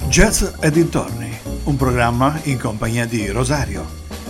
Jazz e dintorni, un programma in compagnia di Rosario.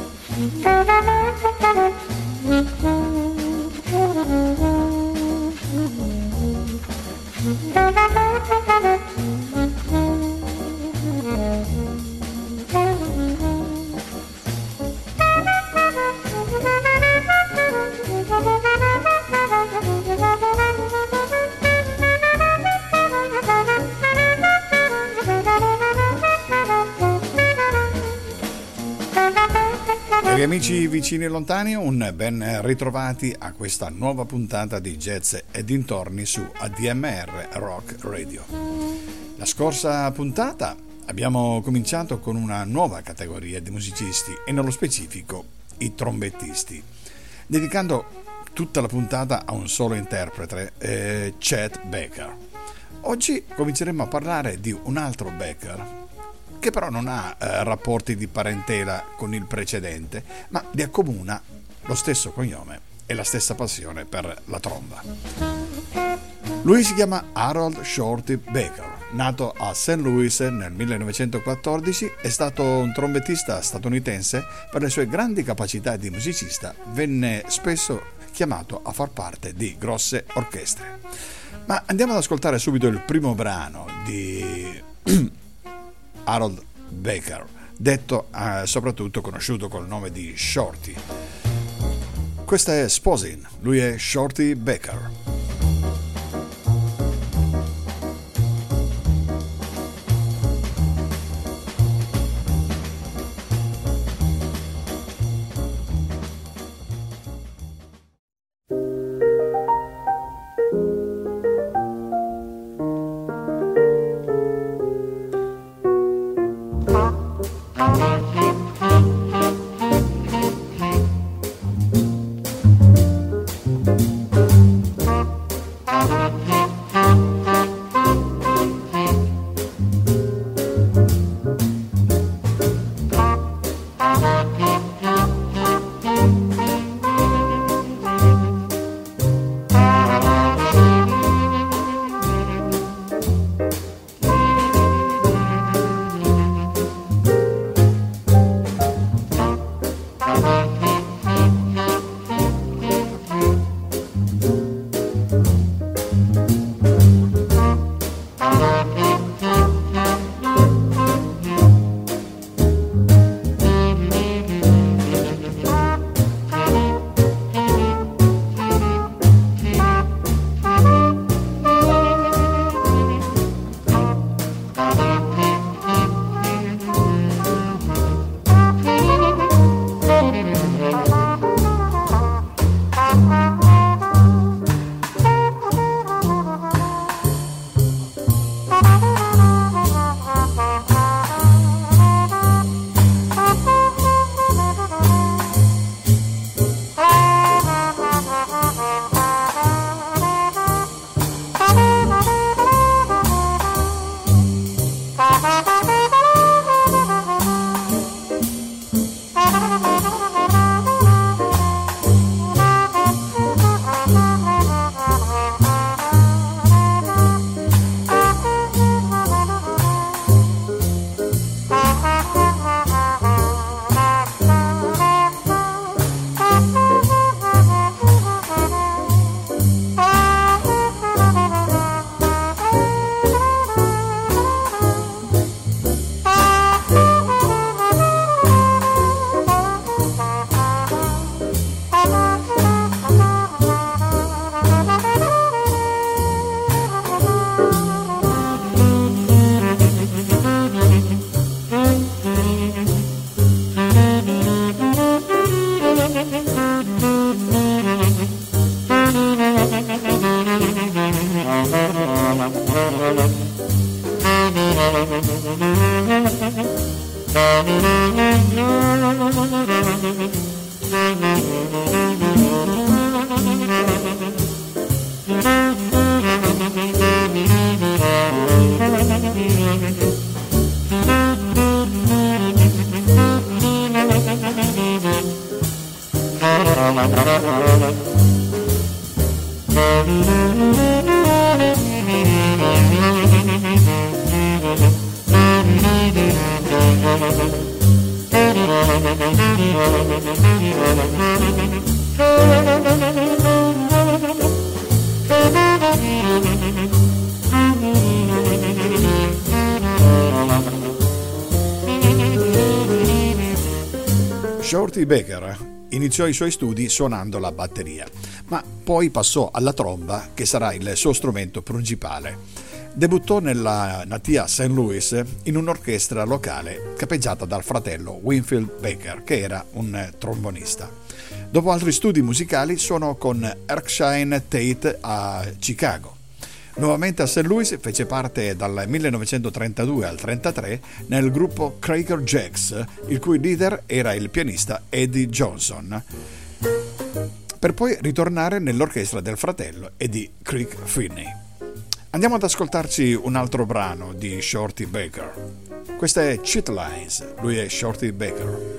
Cari amici vicini e lontani, un ben ritrovati a questa nuova puntata di Jazz e dintorni su ADMR Rock Radio. La scorsa puntata abbiamo cominciato con una nuova categoria di musicisti e nello specifico i trombettisti, dedicando tutta la puntata a un solo interprete, Chet Baker. Oggi cominceremo a parlare di un altro Baker, che però non ha rapporti di parentela con il precedente, ma li accomuna lo stesso cognome e la stessa passione per la tromba. Lui si chiama Harold Shorty Baker, nato a St. Louis nel 1914, è stato un trombettista statunitense. Per le sue grandi capacità di musicista venne spesso chiamato a far parte di grosse orchestre. Ma andiamo ad ascoltare subito il primo brano di Harold Baker, detto soprattutto conosciuto col nome di Shorty. Questa è Sposin, lui è Shorty Baker. Shorty Baker iniziò i suoi studi suonando la batteria, ma poi passò alla tromba, che sarà il suo strumento principale. Debuttò nella natia St. Louis in un'orchestra locale capeggiata dal fratello Winfield Baker, che era un trombonista. Dopo altri studi musicali suonò con Erskine Tate a Chicago. Nuovamente a St. Louis fece parte dal 1932 al 1933 nel gruppo Cracker Jacks, il cui leader era il pianista Eddie Johnson, per poi ritornare nell'orchestra del fratello e di Crick Finney. Andiamo ad ascoltarci un altro brano di Shorty Baker. Questa è Cheat Lines, lui è Shorty Baker.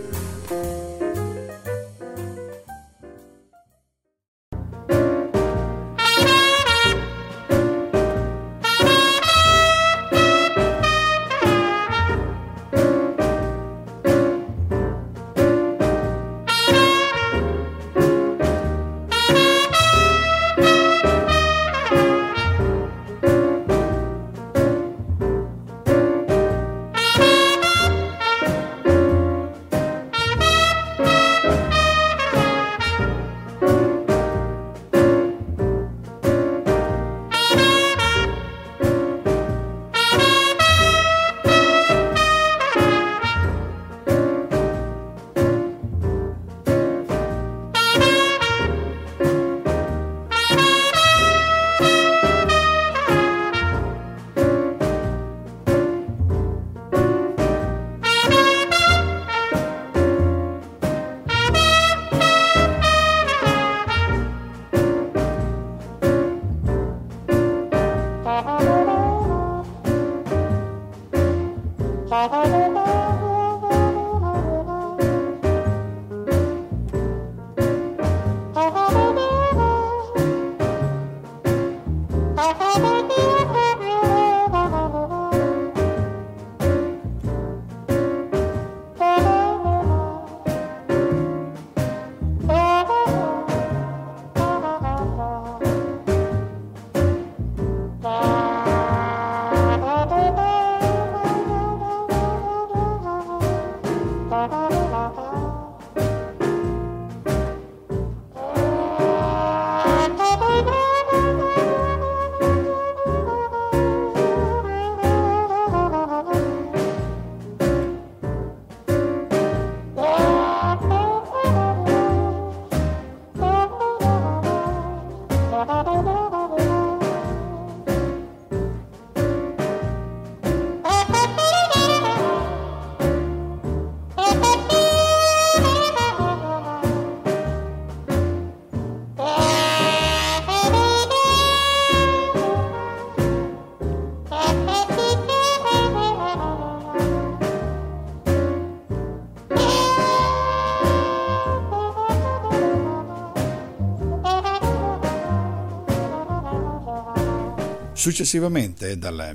Successivamente, dal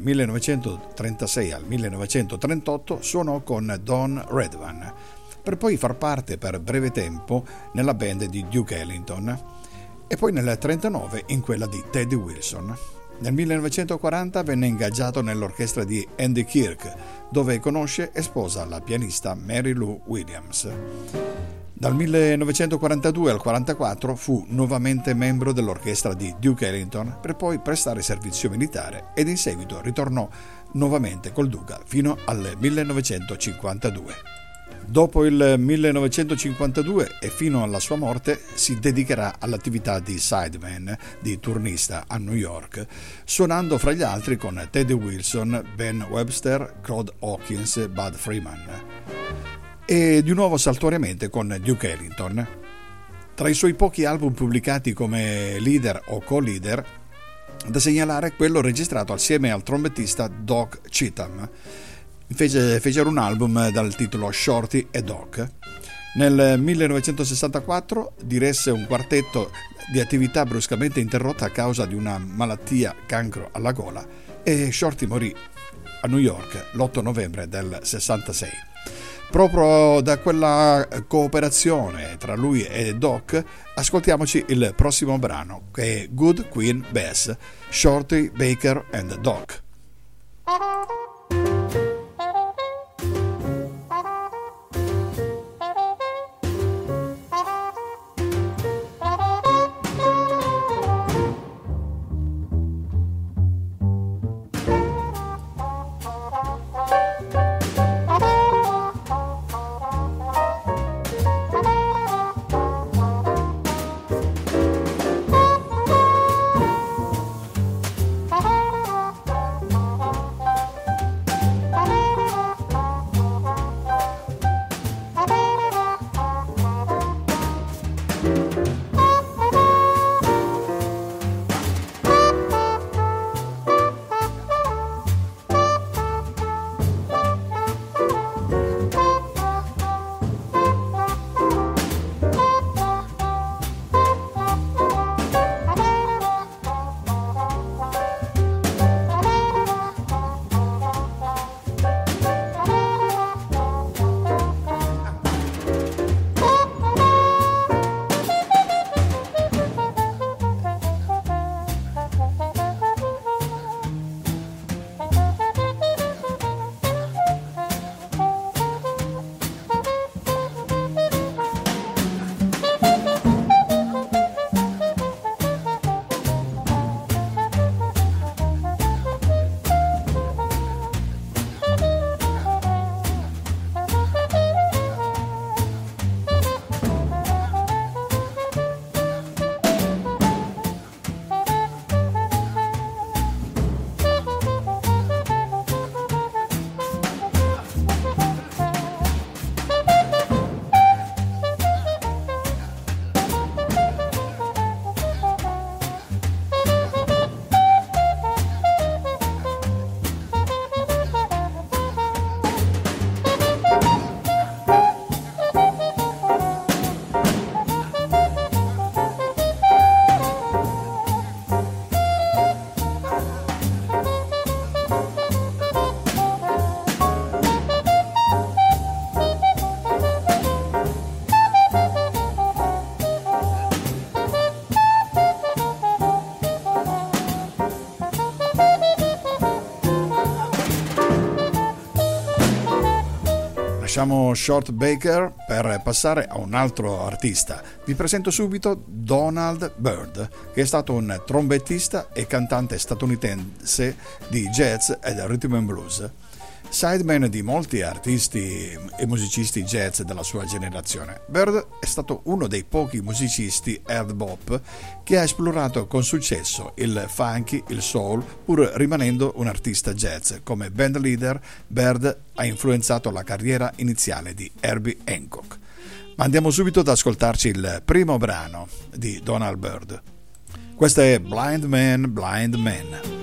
1936 al 1938, suonò con Don Redvan, per poi far parte per breve tempo nella band di Duke Ellington e poi nel 1939 in quella di Teddy Wilson. Nel 1940 venne ingaggiato nell'orchestra di Andy Kirk, dove conosce e sposa la pianista Mary Lou Williams. Dal 1942 al 1944 fu nuovamente membro dell'orchestra di Duke Ellington per poi prestare servizio militare ed in seguito ritornò nuovamente col Duca fino al 1952. Dopo il 1952 e fino alla sua morte si dedicherà all'attività di sideman, di turnista a New York, suonando fra gli altri con Teddy Wilson, Ben Webster, Claude Hawkins, Bud Freeman. E di nuovo saltuariamente con Duke Ellington. Tra i suoi pochi album pubblicati come leader o co-leader, da segnalare quello registrato assieme al trombettista Doc Cheatham. Fecero un album dal titolo Shorty e Doc. Nel 1964 diresse un quartetto di attività bruscamente interrotta a causa di una malattia, cancro alla gola, e Shorty morì a New York l'8 novembre del 66. Proprio da quella cooperazione tra lui e Doc, ascoltiamoci il prossimo brano, che è Good Queen Bess, Shorty Baker and Doc. Lasciamo Short Baker per passare a un altro artista. Vi presento subito Donald Byrd, che è stato un trombettista e cantante statunitense di jazz ed rhythm and blues. Sideman di molti artisti e musicisti jazz della sua generazione, Byrd è stato uno dei pochi musicisti hard bop che ha esplorato con successo il funky, il soul, pur rimanendo un artista jazz. Come band leader, Byrd ha influenzato la carriera iniziale di Herbie Hancock. Ma andiamo subito ad ascoltarci il primo brano di Donald Byrd. Questo è Blind Man, Blind Man.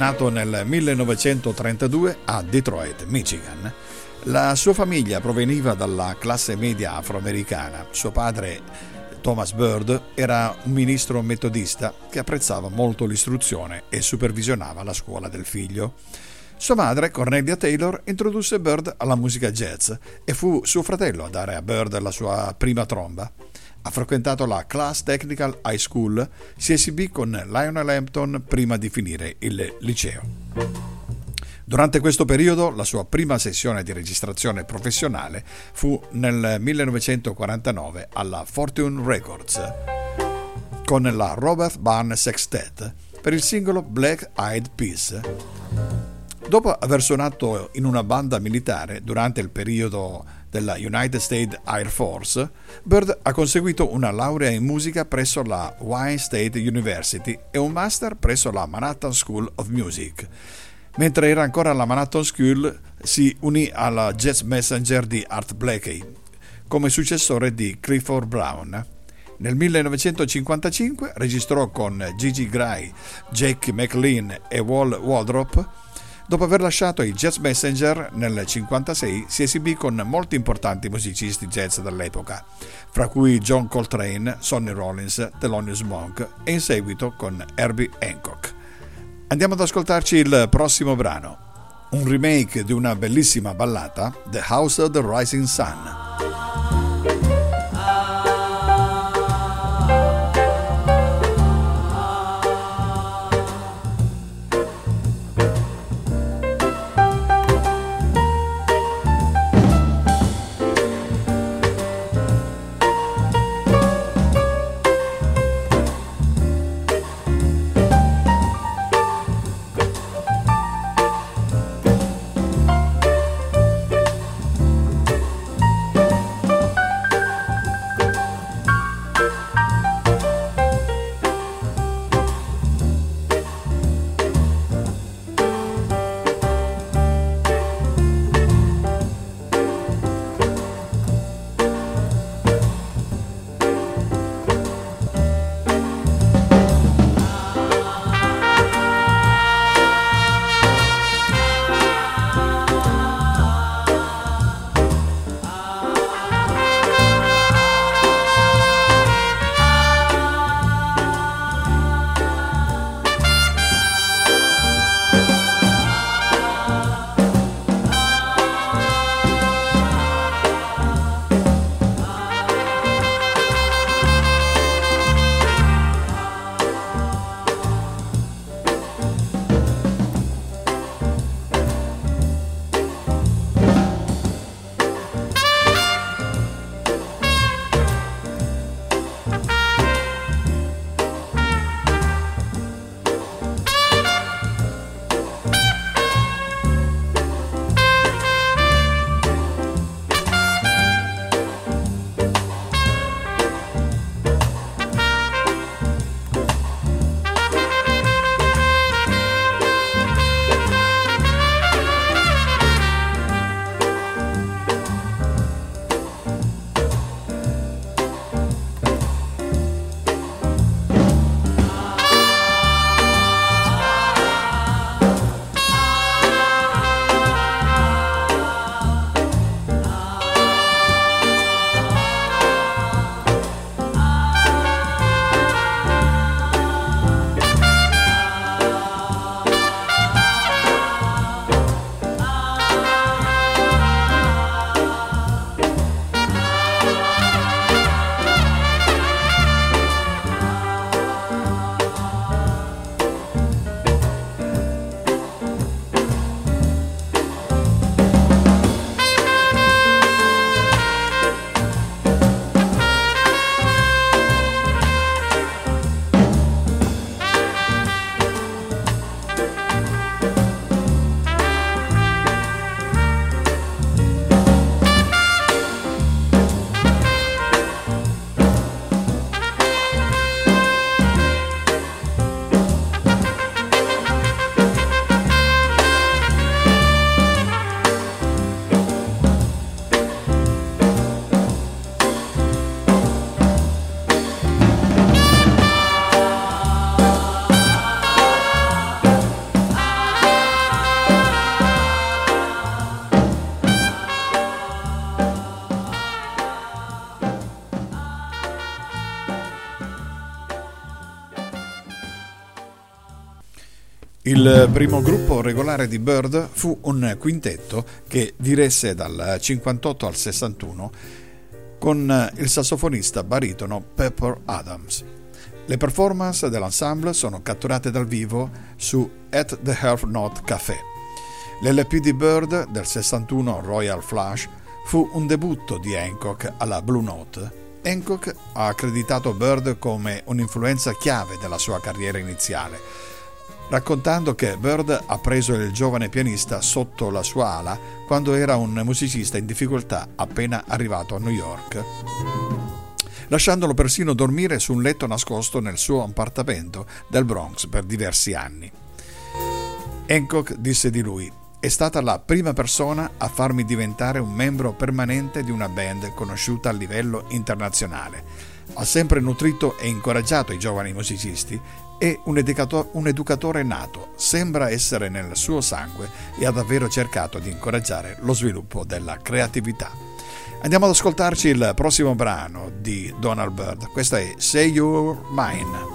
nato nel 1932 a Detroit, Michigan. La sua famiglia proveniva dalla classe media afroamericana. Suo padre, Thomas Byrd, era un ministro metodista che apprezzava molto l'istruzione e supervisionava la scuola del figlio. Sua madre, Cornelia Taylor, introdusse Byrd alla musica jazz e fu suo fratello a dare a Byrd la sua prima tromba. Ha frequentato la Class Technical High School, si esibì con Lionel Hampton prima di finire il liceo. Durante questo periodo la sua prima sessione di registrazione professionale fu nel 1949 alla Fortune Records con la Robert Barnes Sextet per il singolo Black Eyed Peas. Dopo aver suonato in una banda militare durante il periodo della United States Air Force, Byrd ha conseguito una laurea in musica presso la Wayne State University e un master presso la Manhattan School of Music. Mentre era ancora alla Manhattan School, si unì alla Jazz Messenger di Art Blakey come successore di Clifford Brown. Nel 1955 registrò con Gigi Gray, Jake McLean e Wal Waldrop. Dopo aver lasciato i Jazz Messenger, nel 1956 si esibì con molti importanti musicisti jazz dell'epoca, fra cui John Coltrane, Sonny Rollins, Thelonious Monk e in seguito con Herbie Hancock. Andiamo ad ascoltarci il prossimo brano, un remake di una bellissima ballata, The House of the Rising Sun. Il primo gruppo regolare di Byrd fu un quintetto che diresse dal 58 al 61 con il sassofonista baritono Pepper Adams. Le performance dell'ensemble sono catturate dal vivo su At the Half Note Café. L'LP di Byrd del 61 Royal Flush fu un debutto di Hancock alla Blue Note. Hancock ha accreditato Byrd come un'influenza chiave della sua carriera iniziale, raccontando che Byrd ha preso il giovane pianista sotto la sua ala quando era un musicista in difficoltà appena arrivato a New York, lasciandolo persino dormire su un letto nascosto nel suo appartamento del Bronx per diversi anni. Hancock disse di lui: "È stata la prima persona a farmi diventare un membro permanente di una band conosciuta a livello internazionale. Ha sempre nutrito e incoraggiato i giovani musicisti. È un educatore nato, sembra essere nel suo sangue e ha davvero cercato di incoraggiare lo sviluppo della creatività." Andiamo ad ascoltarci il prossimo brano di Donald Byrd. Questa è Say You're Mine.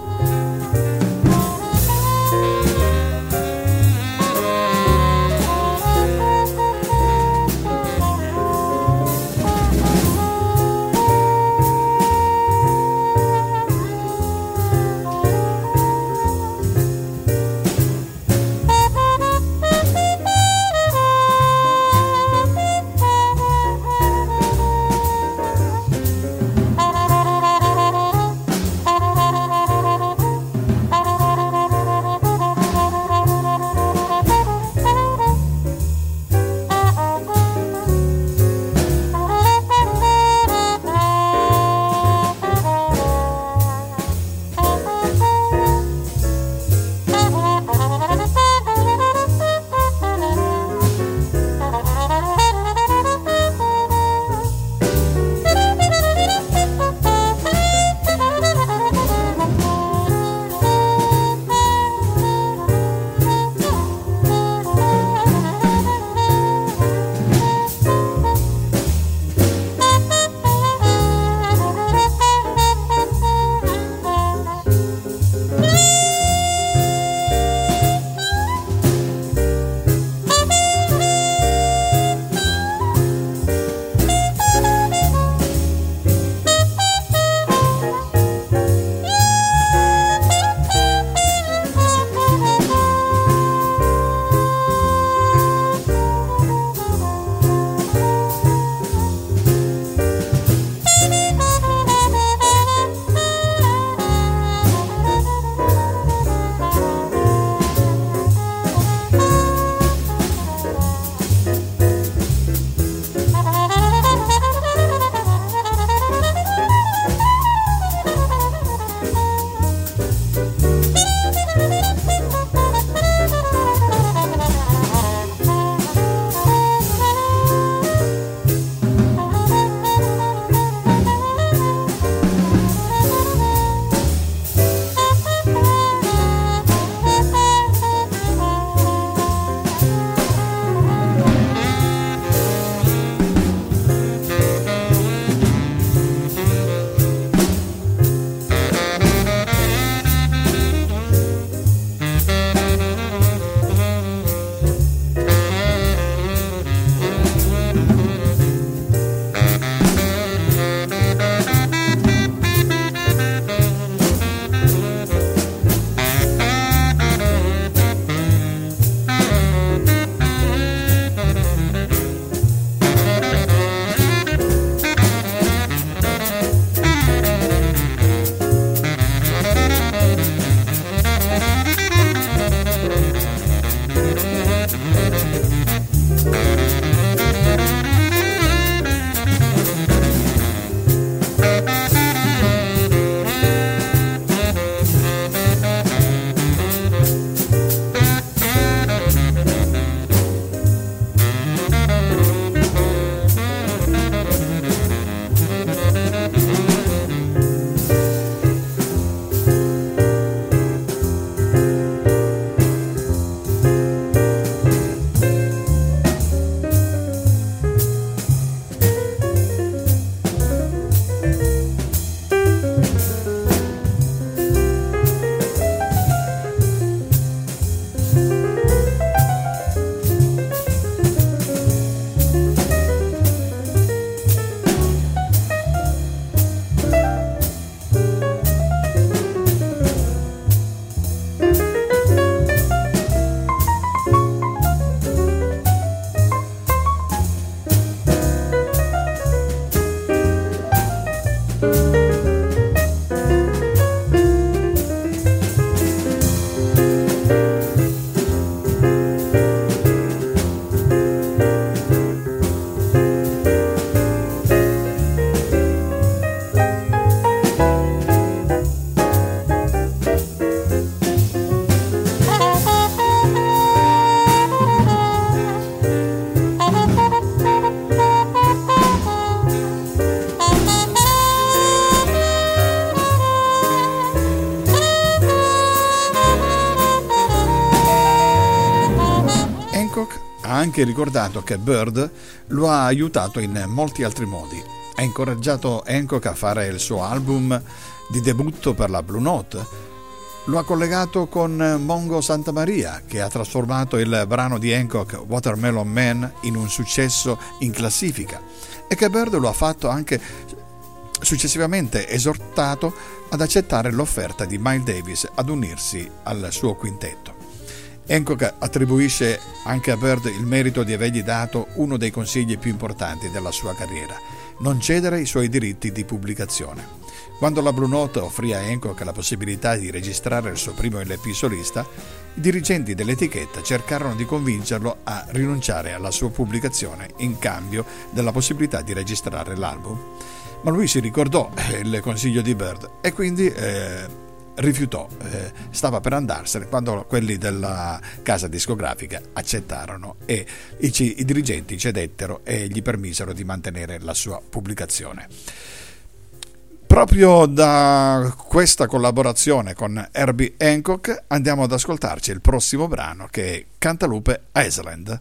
anche ricordato che Bird lo ha aiutato in molti altri modi. Ha incoraggiato Hancock a fare il suo album di debutto per la Blue Note. Lo ha collegato con Mongo Santamaria, che ha trasformato il brano di Hancock Watermelon Man in un successo in classifica, e che Bird lo ha fatto anche successivamente esortato ad accettare l'offerta di Miles Davis ad unirsi al suo quintetto. Hancock attribuisce anche a Bird il merito di avergli dato uno dei consigli più importanti della sua carriera: non cedere i suoi diritti di pubblicazione. Quando la Blue Note offrì a Hancock la possibilità di registrare il suo primo LP solista, i dirigenti dell'etichetta cercarono di convincerlo a rinunciare alla sua pubblicazione in cambio della possibilità di registrare l'album. Ma lui si ricordò il consiglio di Bird e quindi rifiutò. Stava per andarsene quando quelli della casa discografica accettarono e i dirigenti cedettero e gli permisero di mantenere la sua pubblicazione. Proprio da questa collaborazione con Herbie Hancock andiamo ad ascoltarci il prossimo brano, che è Cantaloupe Island.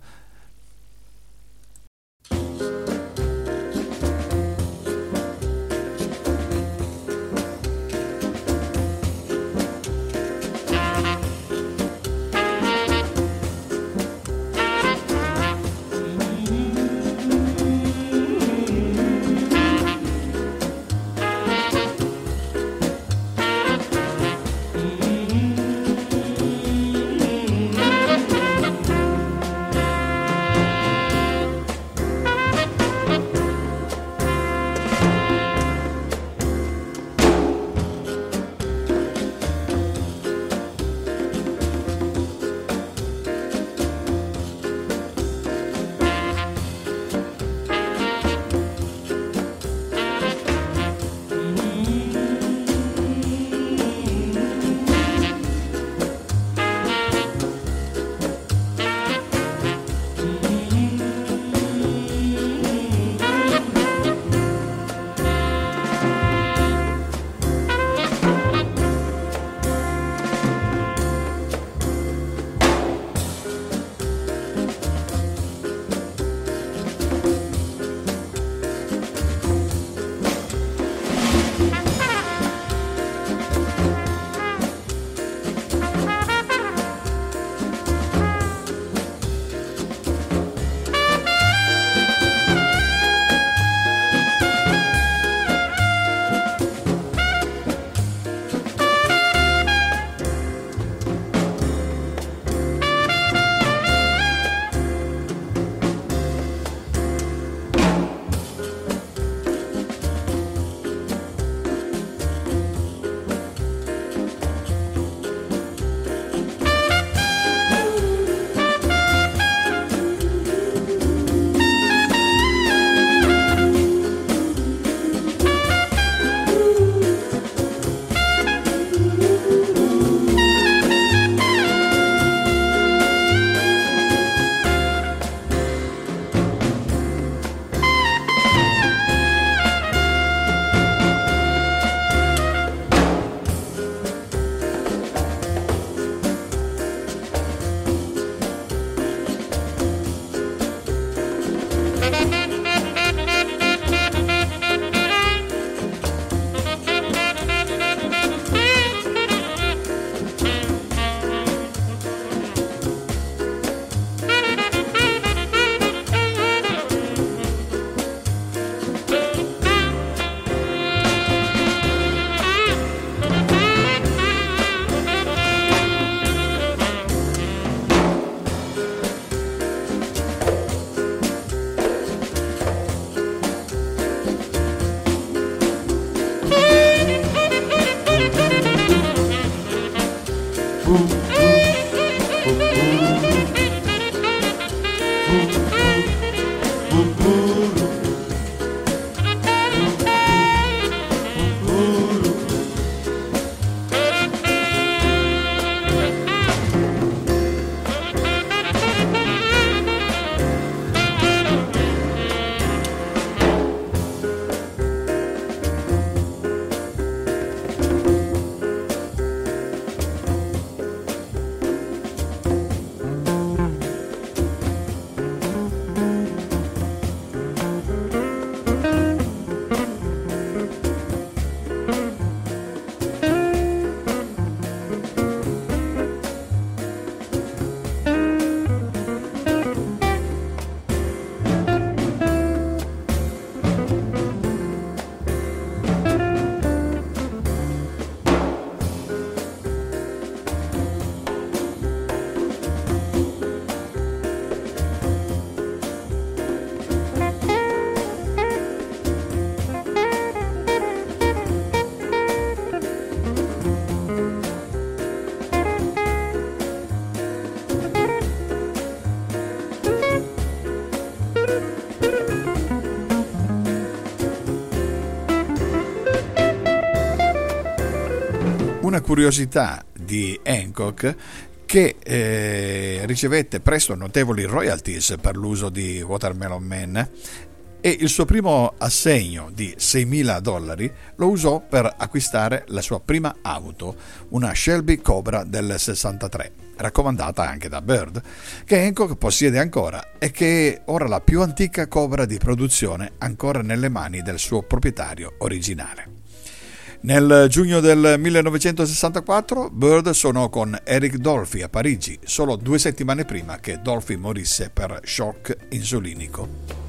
curiosità di Hancock, che ricevette presto notevoli royalties per l'uso di Watermelon Man, e il suo primo assegno di $6.000 lo usò per acquistare la sua prima auto, una Shelby Cobra del 63, raccomandata anche da Bird, che Hancock possiede ancora e che è ora la più antica Cobra di produzione ancora nelle mani del suo proprietario originale. Nel giugno del 1964 Bird suonò con Eric Dolphy a Parigi, solo 2 settimane prima che Dolphy morisse per shock insulinico.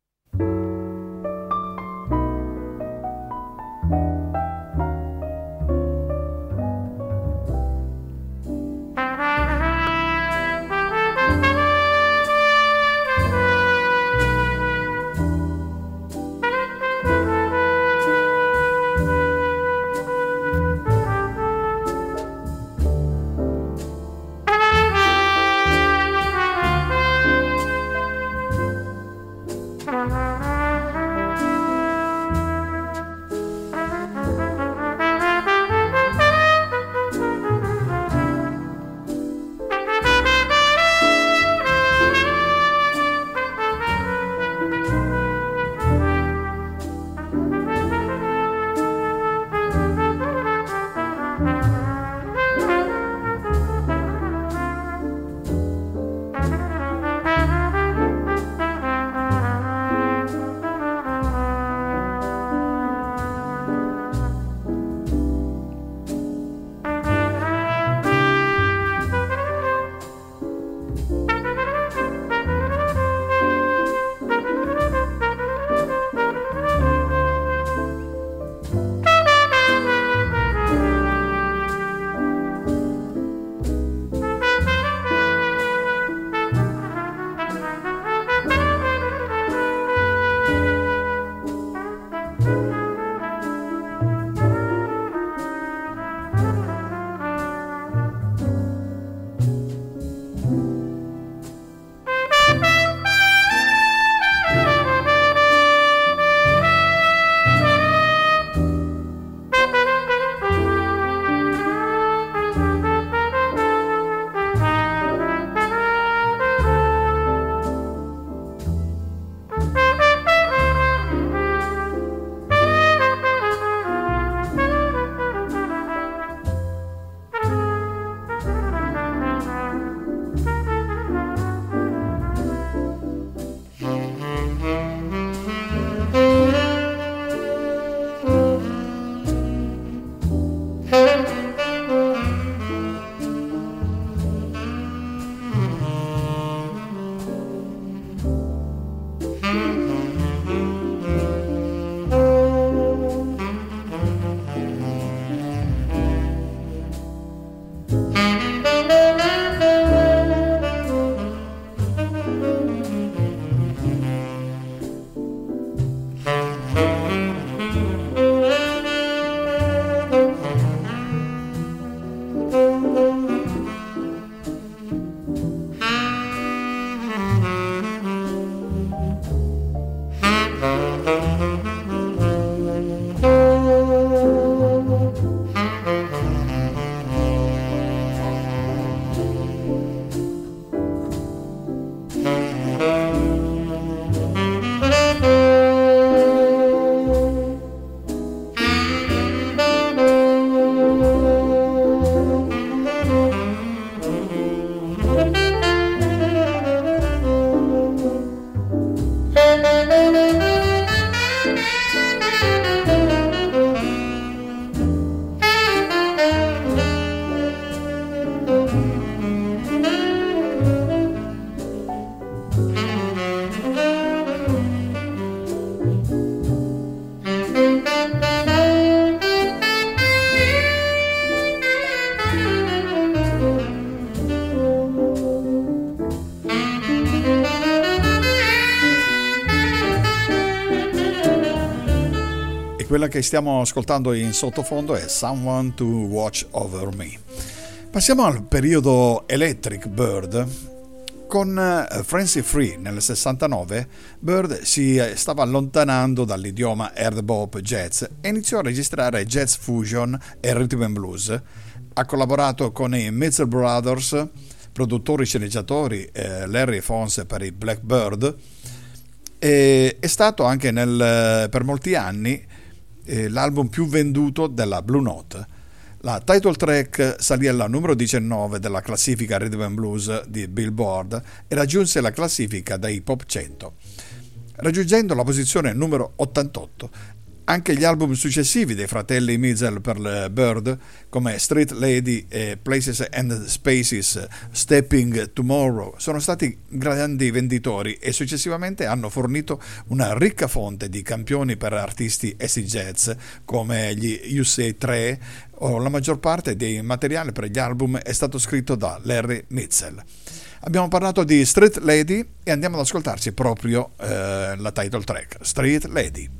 Quella che stiamo ascoltando in sottofondo è Someone to Watch Over Me. Passiamo al periodo Electric Bird. Con Fancy Free nel 69 Bird si stava allontanando dall'idioma hard bop jazz e iniziò a registrare jazz fusion e rhythm and blues, Ha collaborato con i Mitchell Brothers, produttori sceneggiatori, Larry e Fonse per i Blackbird, e è stato anche per molti anni l'album più venduto della Blue Note. La title track salì alla numero 19 della classifica Rhythm and Blues di Billboard e raggiunse la classifica dei Pop 100, raggiungendo la posizione numero 88. Anche gli album successivi dei fratelli Mitchell per le Bird, come Street Lady e Places and Spaces, Stepping Tomorrow, sono stati grandi venditori e successivamente hanno fornito una ricca fonte di campioni per artisti acid jazz come gli USA3, o la maggior parte dei materiali per gli album è stato scritto da Larry Mitchell. Abbiamo parlato di Street Lady e andiamo ad ascoltarci proprio la title track, Street Lady.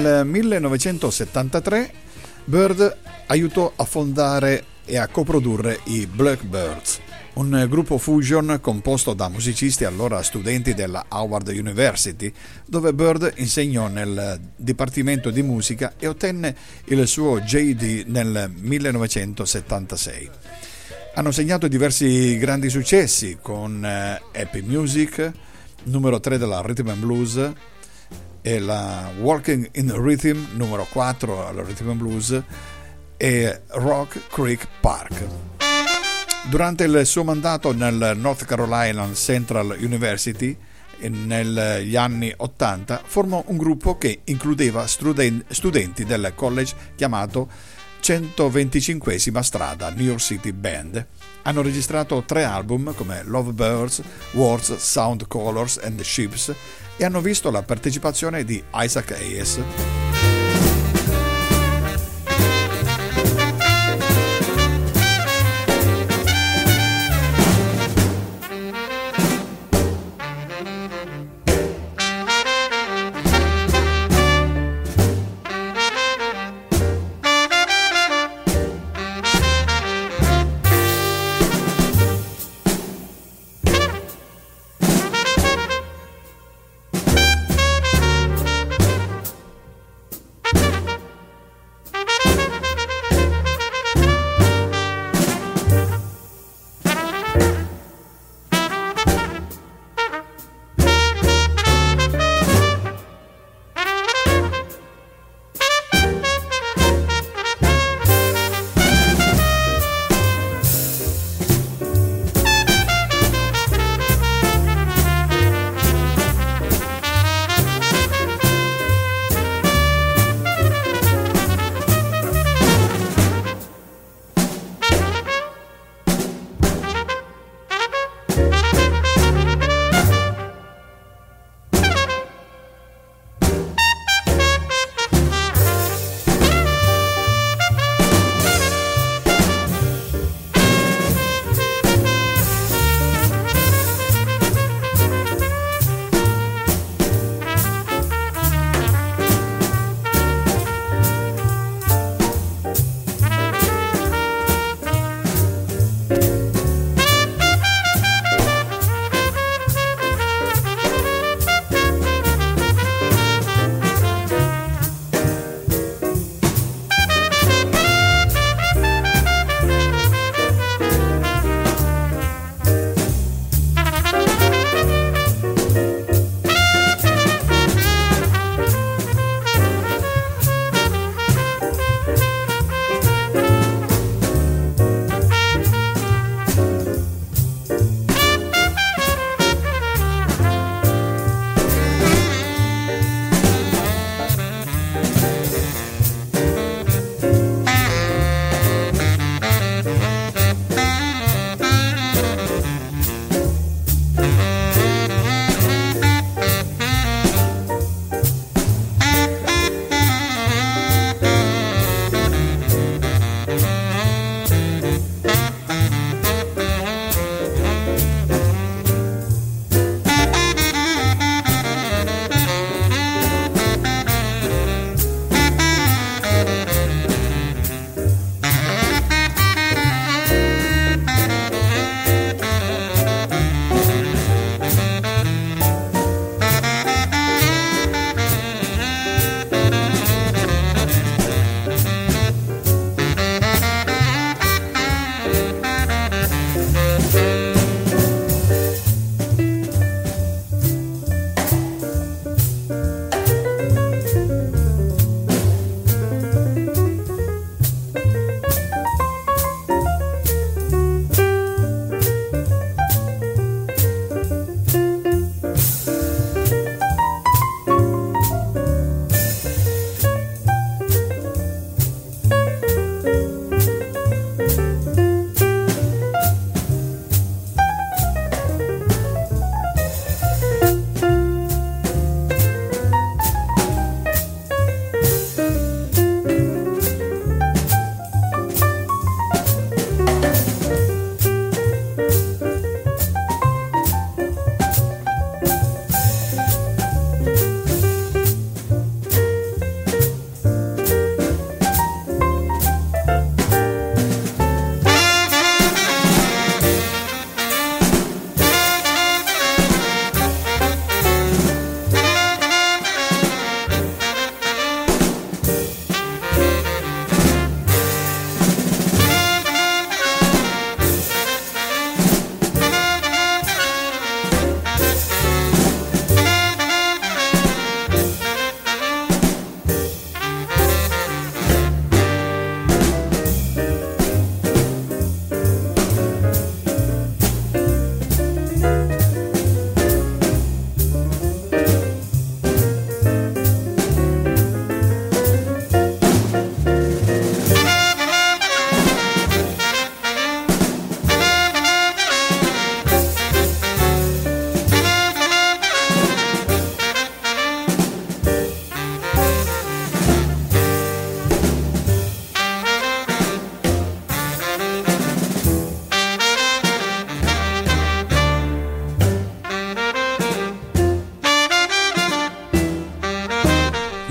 Nel 1973 Bird aiutò a fondare e a coprodurre i Blackbirds, un gruppo fusion composto da musicisti allora studenti della Howard University, dove Bird insegnò nel Dipartimento di Musica e ottenne il suo JD nel 1976. Hanno segnato diversi grandi successi con Happy Music, numero 3 della Rhythm and Blues, e la Walking in Rhythm, numero 4 alla Rhythm and Blues, e Rock Creek Park. Durante il suo mandato nel North Carolina Central University negli anni 80 formò un gruppo che includeva studenti del college chiamato 125esima strada New York City Band. Hanno registrato 3 album come Lovebirds, Words, Sound, Colors and Ships e hanno visto la partecipazione di Isaac Hayes.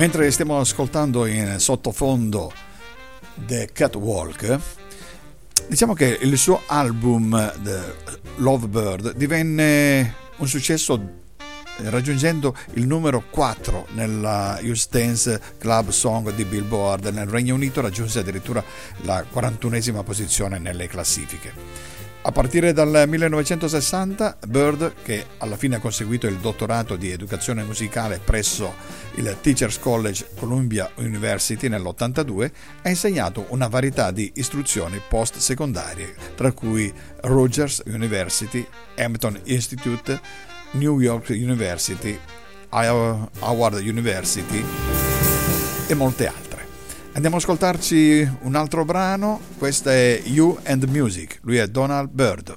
Mentre stiamo ascoltando in sottofondo The Catwalk, diciamo che il suo album The Lovebird divenne un successo raggiungendo il numero 4 nella Youth Dance Club Song di Billboard. Nel Regno Unito raggiunse addirittura la 41esima posizione nelle classifiche. A partire dal 1960, Bird, che alla fine ha conseguito il dottorato di educazione musicale presso il Teachers College Columbia University nell'82, ha insegnato una varietà di istruzioni post-secondarie, tra cui Rogers University, Hampton Institute, New York University, Howard University e molte altre. Andiamo ad ascoltarci un altro brano, questo è You and Music, lui è Donald Byrd.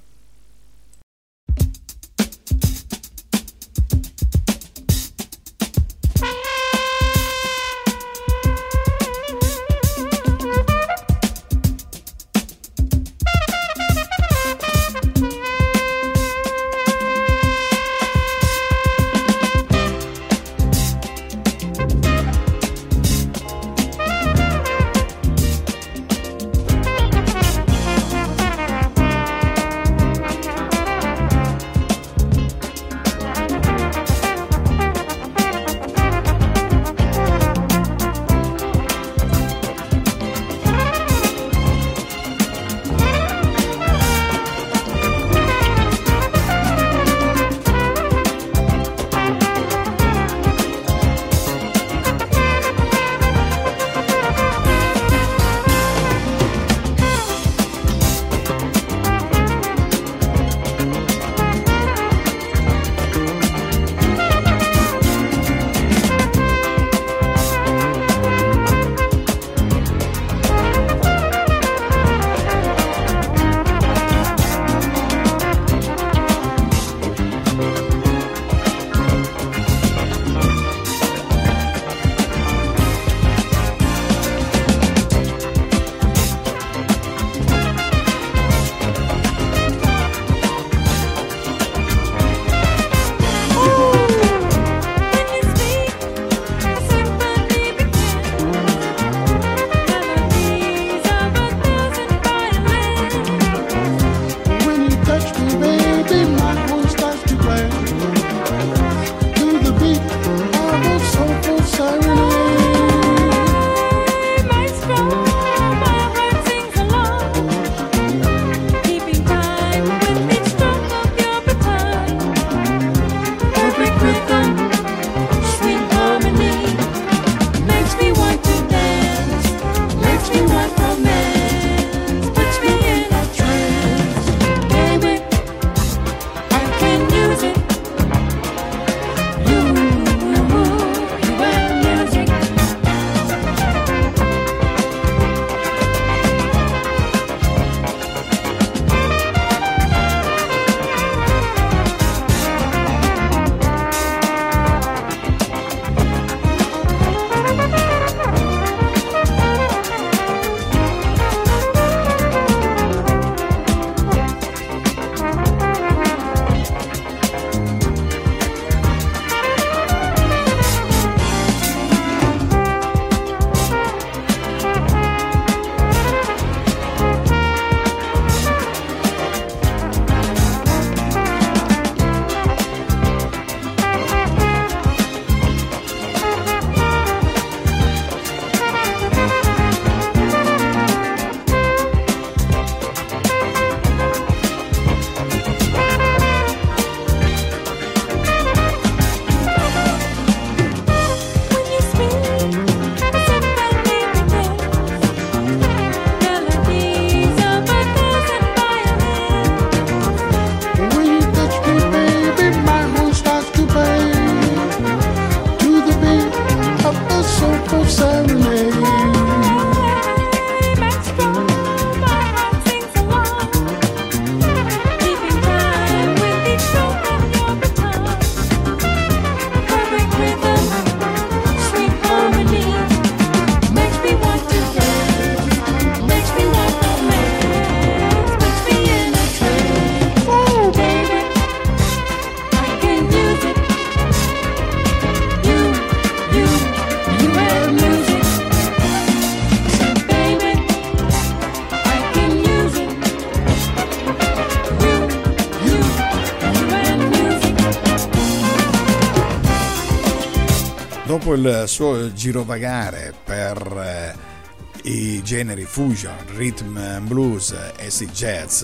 Dopo il suo girovagare per i generi fusion, rhythm and blues e sì jazz,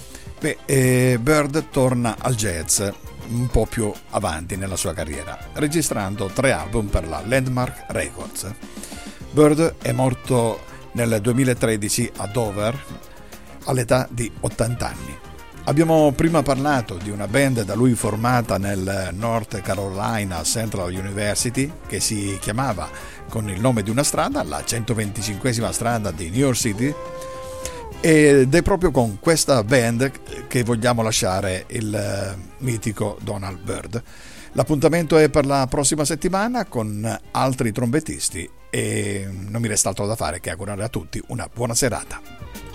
Bird torna al jazz un po' più avanti nella sua carriera, registrando 3 album per la Landmark Records. Bird è morto nel 2013 a Dover all'età di 80 anni. Abbiamo prima parlato di una band da lui formata nel North Carolina Central University, che si chiamava con il nome di una strada, la 125esima strada di New York City, ed è proprio con questa band che vogliamo lasciare il mitico Donald Byrd. L'appuntamento è per la prossima settimana con altri trombettisti e non mi resta altro da fare che augurare a tutti una buona serata.